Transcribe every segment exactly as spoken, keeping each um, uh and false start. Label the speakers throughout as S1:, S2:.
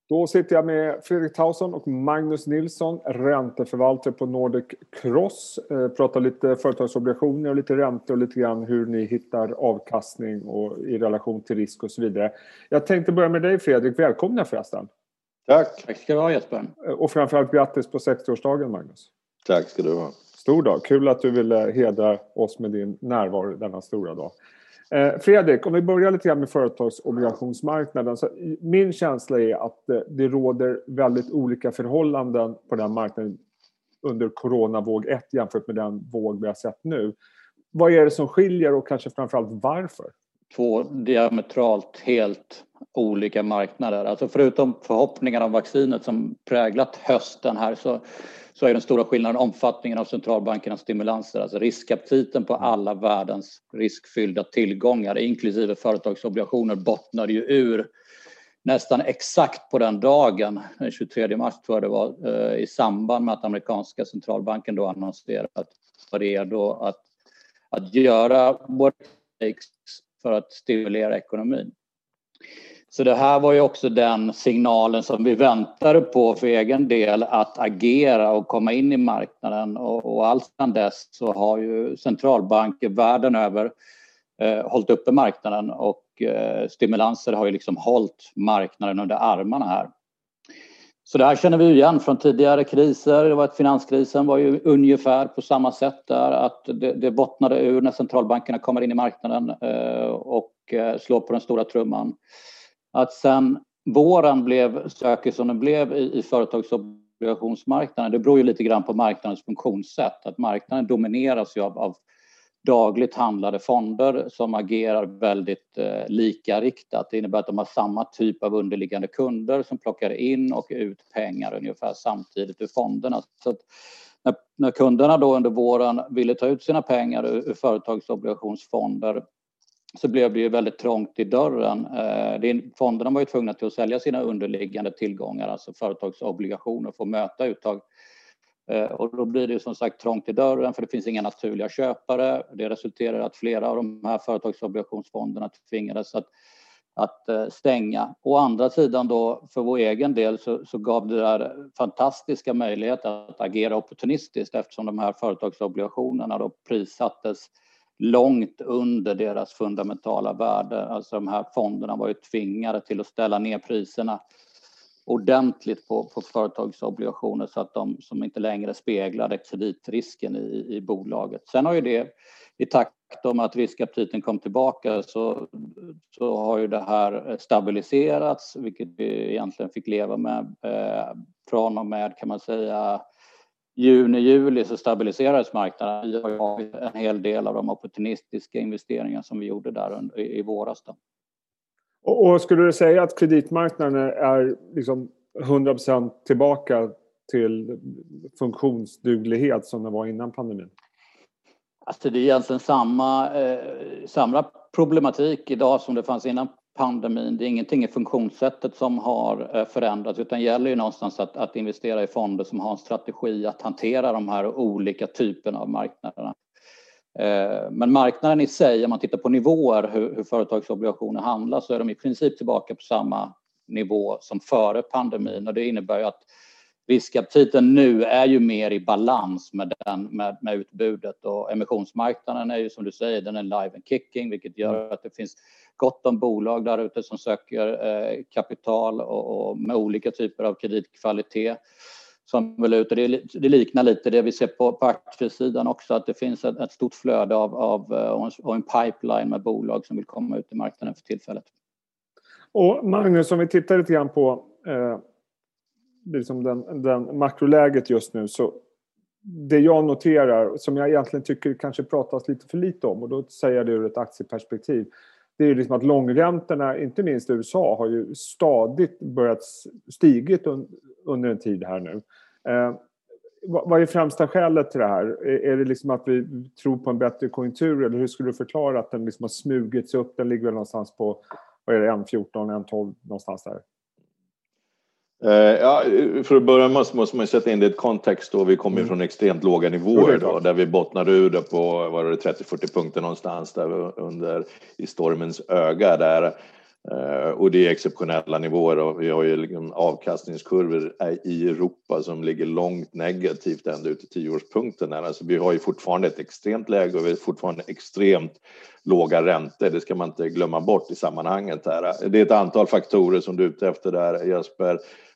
S1: Då sitter jag med Fredrik Tausson och Magnus Nilsson, ränteförvaltare på Nordic Cross. Eh, pratar lite företagsobligationer och lite räntor och lite grann hur ni hittar avkastning och i relation till risk och så vidare. Jag tänkte börja med dig Fredrik, välkomna förresten.
S2: Tack.
S3: Tack ska du ha Jesper.
S1: Och framförallt grattis på sextioårsdagen Magnus.
S2: Tack ska du ha.
S1: Stor dag, kul att du ville hedra oss med din närvaro denna stora dag. Eh, Fredrik, om vi börjar lite grann med företagsobligationsmarknaden. Så min känsla är att eh, det råder väldigt olika förhållanden på den marknaden under coronavåg ett jämfört med den våg vi har sett nu. Vad är det som skiljer och kanske framförallt varför?
S3: Två diametralt helt olika marknader. Alltså förutom förhoppningar om vaccinet som präglat hösten här så, så är den stora skillnaden omfattningen av centralbankernas stimulanser. Alltså riskaptiten på alla världens riskfyllda tillgångar inklusive företagsobligationer bottnade ju ur nästan exakt på den dagen, den tjugotredje mars tror jag det var, i samband med att amerikanska centralbanken då annonserade att var redo att, att göra what it takes för att stimulera ekonomin. Så det här var ju också den signalen som vi väntade på för egen del att agera och komma in i marknaden. Och, och allt sedan dess så har ju centralbanker världen över eh, hållit uppe marknaden och eh, stimulanser har ju liksom hållit marknaden under armarna här. Så det här känner vi igen från tidigare kriser. Det var att finanskrisen var ju ungefär på samma sätt där. Att det, det bottnade ur när centralbankerna kommer in i marknaden eh, och eh, slår på den stora trumman. Att sen våren blev stökig som den blev i, i företagsobligationsmarknaden. Det beror ju lite grann på marknadens funktionssätt. Att marknaden domineras ju av, av dagligt handlade fonder som agerar väldigt eh, likariktat. Det innebär att de har samma typ av underliggande kunder som plockar in och ut pengar ungefär samtidigt ur fonderna. Så att när, när kunderna då under våren ville ta ut sina pengar ur, ur företagsobligationsfonder så blev det ju väldigt trångt i dörren. Eh, det, fonderna var ju tvungna till att sälja sina underliggande tillgångar, alltså företagsobligationer, för att möta uttag. Och då blir det ju som sagt trångt i dörren för det finns inga naturliga köpare. Det resulterar i att flera av de här företagsobligationsfonderna tvingades att, att stänga. Å andra sidan då för vår egen del så, så gav det där fantastiska möjligheter att agera opportunistiskt eftersom de här företagsobligationerna då prissattes långt under deras fundamentala värde. Alltså de här fonderna var ju tvingade till att ställa ner priserna ordentligt på, på företagsobligationer så att de som inte längre speglade kreditrisken i, i bolaget. Sen har ju det i takt med att riskaptiten kom tillbaka så, så har ju det här stabiliserats, vilket vi egentligen fick leva med eh, från och med kan man säga juni, juli så stabiliserades marknaden. Vi har ju en hel del av de opportunistiska investeringar som vi gjorde där i, i våras då.
S1: Och skulle du säga att kreditmarknaden är liksom hundra procent tillbaka till funktionsduglighet som det var innan pandemin?
S3: Alltså det är egentligen samma, eh, samma problematik idag som det fanns innan pandemin. Det är ingenting i funktionssättet som har eh, förändrats utan gäller ju någonstans att, att investera i fonder som har en strategi att hantera de här olika typerna av marknaderna. Men marknaden i sig, om man tittar på nivåer hur, hur företagsobligationer handlas så är de i princip tillbaka på samma nivå som före pandemin. Och det innebär ju att riskaptiten nu är ju mer i balans med, den, med, med utbudet. Och emissionsmarknaden är ju som du säger, den är live and kicking vilket gör att det finns gott om bolag där ute som söker eh, kapital och, och med olika typer av kreditkvalitet. Som väl ut, det, det liknar lite det vi ser på, på aktiesidan också att det finns ett, ett stort flöde av, av och en pipeline med bolag som vill komma ut i marknaden för tillfället.
S1: Och Magnus, om vi tittar lite grann på eh, liksom den, den makroläget just nu så det jag noterar som jag egentligen tycker kanske pratas lite för lite om och då säger jag det ur ett aktieperspektiv. Det är ju liksom att långräntorna, inte minst i U S A, har ju stadigt börjat stigit un, under en tid här nu. Eh, vad, vad är främsta skälet till det här? Är, är det liksom att vi tror på en bättre konjunktur eller hur skulle du förklara att den liksom har smugits upp? Den ligger väl någonstans på, vad är det, en fjorton, en tolv någonstans där?
S2: Ja, för att börja måste, måste man sätta in det i ett kontext då vi kommer mm. från extremt låga nivåer då, där vi bottnade ur det på var det trettio fyrtio punkter någonstans där under i stormens öga där Uh, och det är exceptionella nivåer och vi har ju liksom avkastningskurvor i Europa som ligger långt negativt ända ut till tioårspunkten. Alltså vi har ju fortfarande ett extremt läge och vi har fortfarande extremt låga räntor. Det ska man inte glömma bort i sammanhanget här. Det är ett antal faktorer som du är ute efter där, Jesper.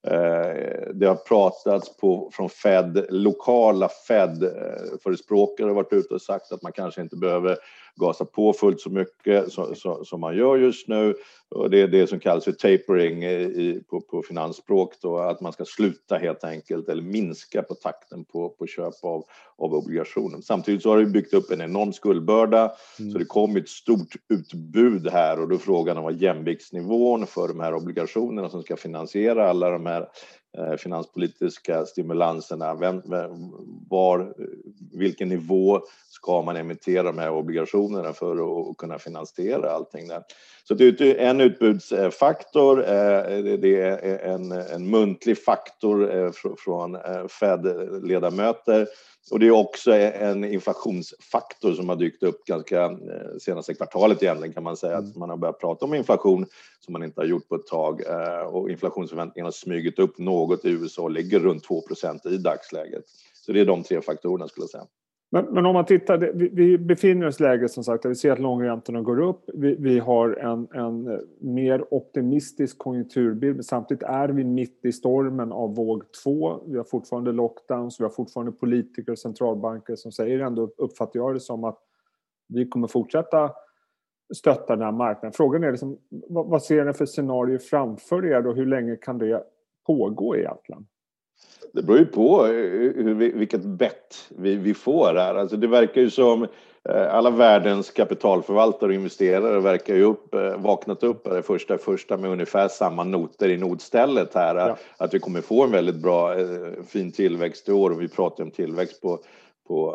S2: Uh, det har pratats på, från Fed, lokala Fed-förespråkare har varit ute och sagt att man kanske inte behöver gasa på fullt så mycket som, som, som man gör just nu. Och det är det som kallas för tapering i, på, på finansspråk då, att man ska sluta helt enkelt eller minska på takten på, på köp av, av obligationer. Samtidigt så har det byggt upp en enorm skuldbörda mm. så det kommer ett stort utbud här och då är frågan om vad jämviktsnivån för de här obligationerna som ska finansiera alla de här eh, finanspolitiska stimulanserna. Vem, vem, var, vilken nivå ska man emittera de här obligationerna för att kunna finansiera allting där. Så det är en utbudsfaktor, det är en, en muntlig faktor från Fed-ledamöter och det är också en inflationsfaktor som har dykt upp ganska senaste kvartalet egentligen kan man säga att man har börjat prata om inflation som man inte har gjort på ett tag och inflationsförväntningarna har smugit upp något i U S A och ligger runt två procent i dagsläget. Så det är de tre faktorerna skulle jag säga.
S1: Men, men om man tittar, vi, vi befinner oss i läget som sagt, vi ser att långräntorna går upp. Vi, vi har en, en mer optimistisk konjunkturbild, men samtidigt är vi mitt i stormen av våg två. Vi har fortfarande lockdowns, vi har fortfarande politiker och centralbanker som säger ändå, uppfattar jag det som att vi kommer fortsätta stötta den här marknaden. Frågan är liksom, vad, vad ser ni för scenario framför er och hur länge kan det pågå egentligen?
S2: Det beror ju på hur, vilket bett vi, vi får här. Alltså det verkar ju som alla världens kapitalförvaltare och investerare verkar ju upp, vaknat upp det första första med ungefär samma noter i notstället här. Ja. Att vi kommer få en väldigt bra, fin tillväxt i år och vi pratar om tillväxt på, på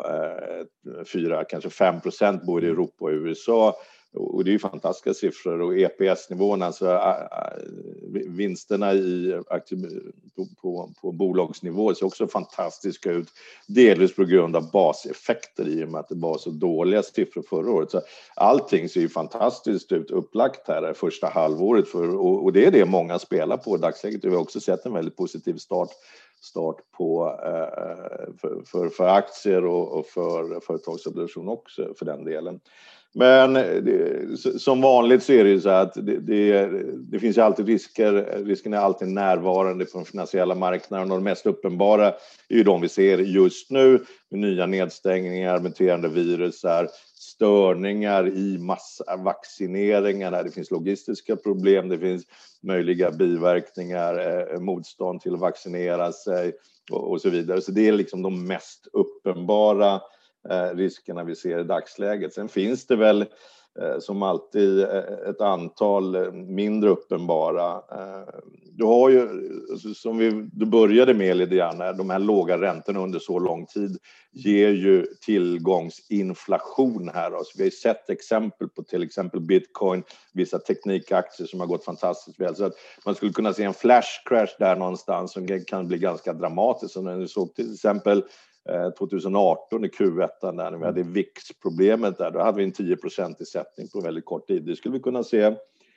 S2: fyra, kanske fem procent både i Europa och U S A. Och det är ju fantastiska siffror och E P S-nivån, alltså äh, vinsterna i, på, på, på bolagsnivå ser också fantastiska ut. Delvis på grund av baseffekter i och med att det var så dåliga siffror förra året. Så allting ser ju fantastiskt ut upplagt här första halvåret för, och, och det är det många spelar på i dagsläget. Vi har också sett en väldigt positiv start start på eh, för, för, för aktier och, och för företagsobligationer också för den delen. Men det, som vanligt så är det ju så att det, det, det finns ju alltid risker. Risken är alltid närvarande på den finansiella marknaden och de mest uppenbara är ju de vi ser just nu med nya nedstängningar, muterande virusar, störningar i massvaccineringarna. Det finns logistiska problem, det finns möjliga biverkningar, motstånd till att vaccinera sig och, och så vidare. Så det är liksom de mest uppenbara riskerna vi ser i dagsläget. Sen finns det väl som alltid ett antal mindre uppenbara. Du har ju, som vi du började med lite grann, de här låga räntorna under så lång tid ger ju tillgångsinflation här. Så vi har ju sett exempel på till exempel Bitcoin, vissa teknikaktier som har gått fantastiskt väl. Så att man skulle kunna se en flash crash där någonstans som kan bli ganska dramatisk. Som när vi såg till exempel tjugo arton i Q ett där när vi hade V I X-problemet där, då hade vi en tio procent i sättning på väldigt kort tid. Det skulle vi kunna se.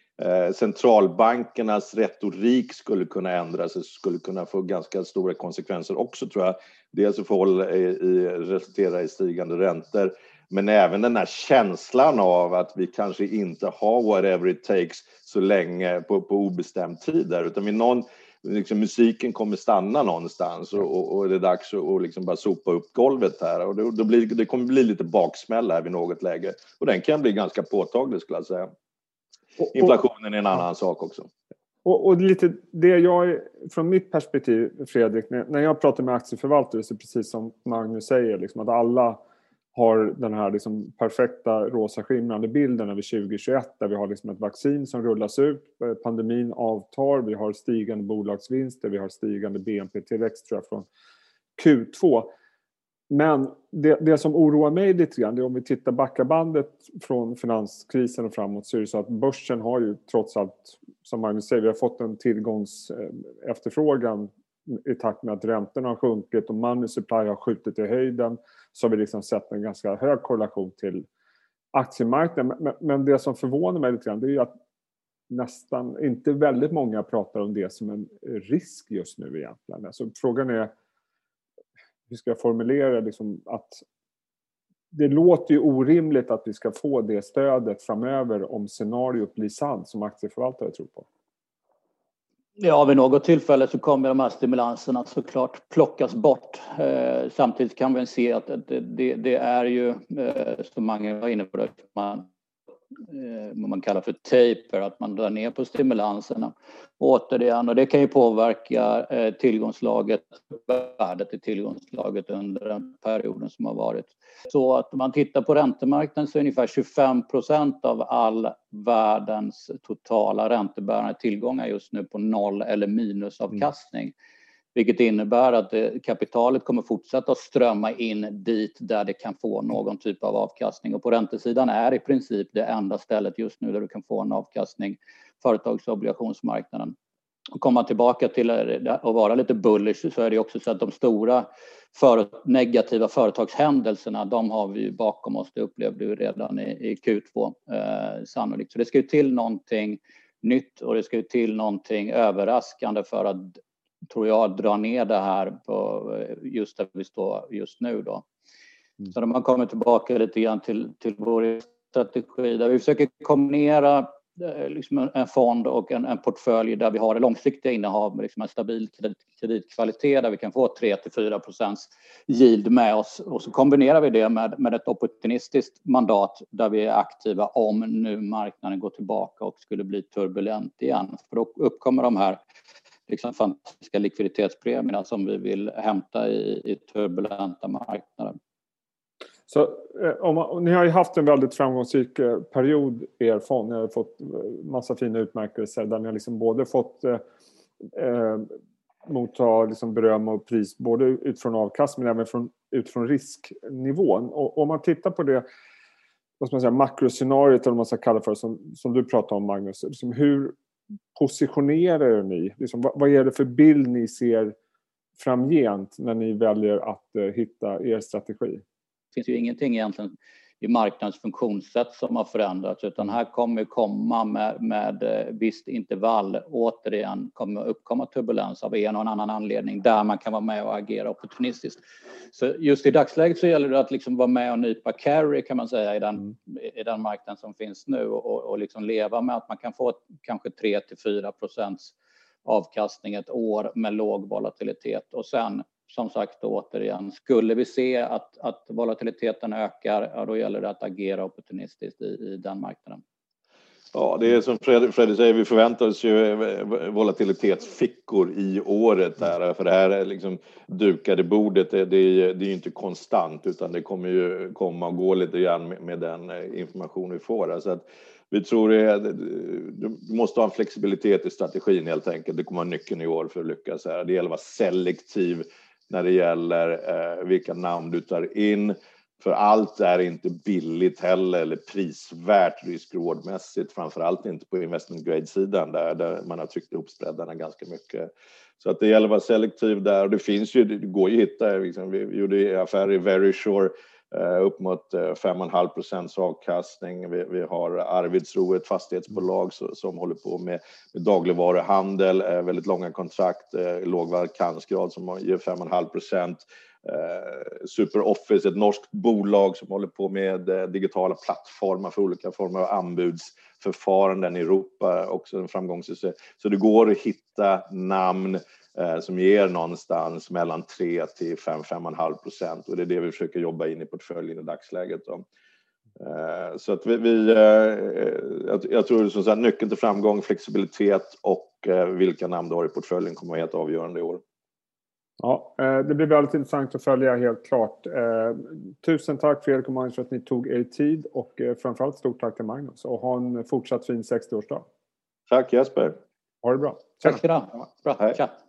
S2: Centralbankernas retorik skulle kunna ändras och skulle kunna få ganska stora konsekvenser också tror jag. Dels för håll i, i, resultera i stigande räntor, men även den här känslan av att vi kanske inte har whatever it takes så länge på, på obestämd tid där, utan vi någon liksom musiken kommer stanna någonstans och, och, och det är dags att och liksom bara sopa upp golvet här och då, då blir, det kommer bli lite baksmälla här vid något läge och den kan bli ganska påtaglig skulle jag säga. Inflationen är en annan sak också.
S1: Och, och lite det jag, från mitt perspektiv Fredrik, när jag pratar med aktieförvaltare så precis som Magnus säger liksom, att alla har den här liksom perfekta rosa skimrande bilden över tjugo tjugoett där vi har liksom ett vaccin som rullas ut, pandemin avtar, vi har stigande bolagsvinster, vi har stigande B N P-tillväxt tror jag från Q två. Men det, det som oroar mig lite grann, det är om vi tittar backabandet från finanskrisen och framåt så är det så att börsen har ju trots allt, som Magnus säger, vi har fått en tillgångsefterfrågan i takt med att räntorna har sjunkit och money supply har skjutit i höjden, så har vi liksom sett en ganska hög korrelation till aktiemarknaden. Men, men det som förvånar mig lite grann det är ju att nästan, inte väldigt många pratar om det som en risk just nu egentligen. Alltså frågan är, hur ska jag formulera liksom att det låter ju orimligt att vi ska få det stödet framöver om scenariot blir sant som aktieförvaltare tror på.
S3: Ja, vid något tillfälle så kommer de här stimulanserna såklart plockas bort. Eh, samtidigt kan vi se att det, det, det är ju, eh, som många var inne på, det, man, eh, vad man kallar för taper, att man drar ner på stimulanserna. Återigen, och det kan ju påverka eh, tillgångslaget, värdet i tillgångslaget under den perioden som har varit. Så att om man tittar på räntemarknaden så är ungefär tjugofem procent av all världens totala räntebärande tillgångar just nu på noll eller minusavkastning. Mm. Vilket innebär att det, kapitalet kommer fortsätta att strömma in dit där det kan få någon typ av avkastning. Och på räntesidan är i princip det enda stället just nu där du kan få en avkastning, företagsobligationsmarknaden. Och komma tillbaka till att vara lite bullish så är det också så att de stora för, negativa företagshändelserna, de har vi ju bakom oss. Det upplevde vi redan i, i Q två eh, sannolikt. Så det ska ju till någonting nytt och det ska ju till någonting överraskande för att, tror jag, dra ner det här på just där vi står just nu då. Mm. Så när man kommer tillbaka lite grann till, till vår strategi där vi försöker kombinera liksom en fond och en, en portfölj där vi har det långsiktiga innehav med liksom en stabil kredit, kreditkvalitet där vi kan få tre till fyra procents yield med oss. Och så kombinerar vi det med, med ett opportunistiskt mandat där vi är aktiva om nu marknaden går tillbaka och skulle bli turbulent igen. För då uppkommer de här liksom fantastiska likviditetspremierna som vi vill hämta i, i turbulenta marknader.
S1: Så om man, ni har ju haft en väldigt framgångsrik period i er fond. Ni har fått massa fina utmärkelser där ni har liksom både fått eh, motta liksom beröm och pris både utifrån avkastning men även från, utifrån risknivån. Och om man tittar på det, vad ska man säga, makroscenariot eller vad man ska kalla för som, som du pratar om, Magnus. Liksom hur positionerar ni? Liksom, vad, vad är det för bild ni ser framgent när ni väljer att eh, hitta er strategi?
S3: Det finns ju ingenting egentligen i marknadens funktionssätt som har förändrats utan här kommer komma med, med visst intervall återigen kommer uppkomma turbulens av en och en annan anledning där man kan vara med och agera opportunistiskt. Så just i dagsläget så gäller det att liksom vara med och nypa carry kan man säga i den, mm. i den marknaden som finns nu och, och liksom leva med att man kan få kanske tre till fyra procents avkastning ett år med låg volatilitet och sen som sagt återigen, skulle vi se att, att volatiliteten ökar, ja, då gäller det att agera opportunistiskt i, i den marknaden.
S2: Ja, det är som Fredrik Fred säger, vi förväntar oss ju volatilitetsfickor i året där, för det här är liksom dukade bordet, det, det, är, det är ju inte konstant utan det kommer ju komma och gå lite grann med, med den information vi får. Så att vi tror att du måste ha en flexibilitet i strategin helt enkelt, det kommer vara nyckeln i år för att lyckas här. Det gäller att vara selektiv när det gäller eh, vilka namn du tar in. För allt är inte billigt heller eller prisvärt risk-rewardmässigt. Framförallt inte på investment grade-sidan där, där man har tryckt ihop spreadarna ganska mycket. Så att det gäller att vara selektiv där. Och det finns ju, det går ju att hitta. Liksom, vi gjorde affärer i Verisure eh, upp mot eh, fem komma fem procents avkastning. Vi, vi har Arvidsro, ett fastighetsbolag så, som håller på med, med dagligvaruhandel. Eh, väldigt långa kontrakt, eh, låg vakansgrad som ger fem komma fem procent. Uh, SuperOffice, ett norskt bolag som håller på med uh, digitala plattformar för olika former av anbudsförfaranden i Europa, också en framgångshistoria. Så det går att hitta namn uh, som ger någonstans mellan tre till fem till fem komma fem procent och det är det vi försöker jobba in i portföljen i dagsläget då. Uh, så att vi, vi uh, jag, jag tror som sagt nyckeln till framgång, flexibilitet och uh, vilka namn du har i portföljen kommer att vara helt avgörande i år.
S1: Ja, det blir väldigt intressant att följa helt klart. Tusen tack Fredrik och Magnus för att ni tog er tid och framförallt stort tack till Magnus och ha en fortsatt fin sextioårsdag.
S2: Tack Jesper.
S1: Ha det bra.
S3: Tack ska du ha. Bra. Tja.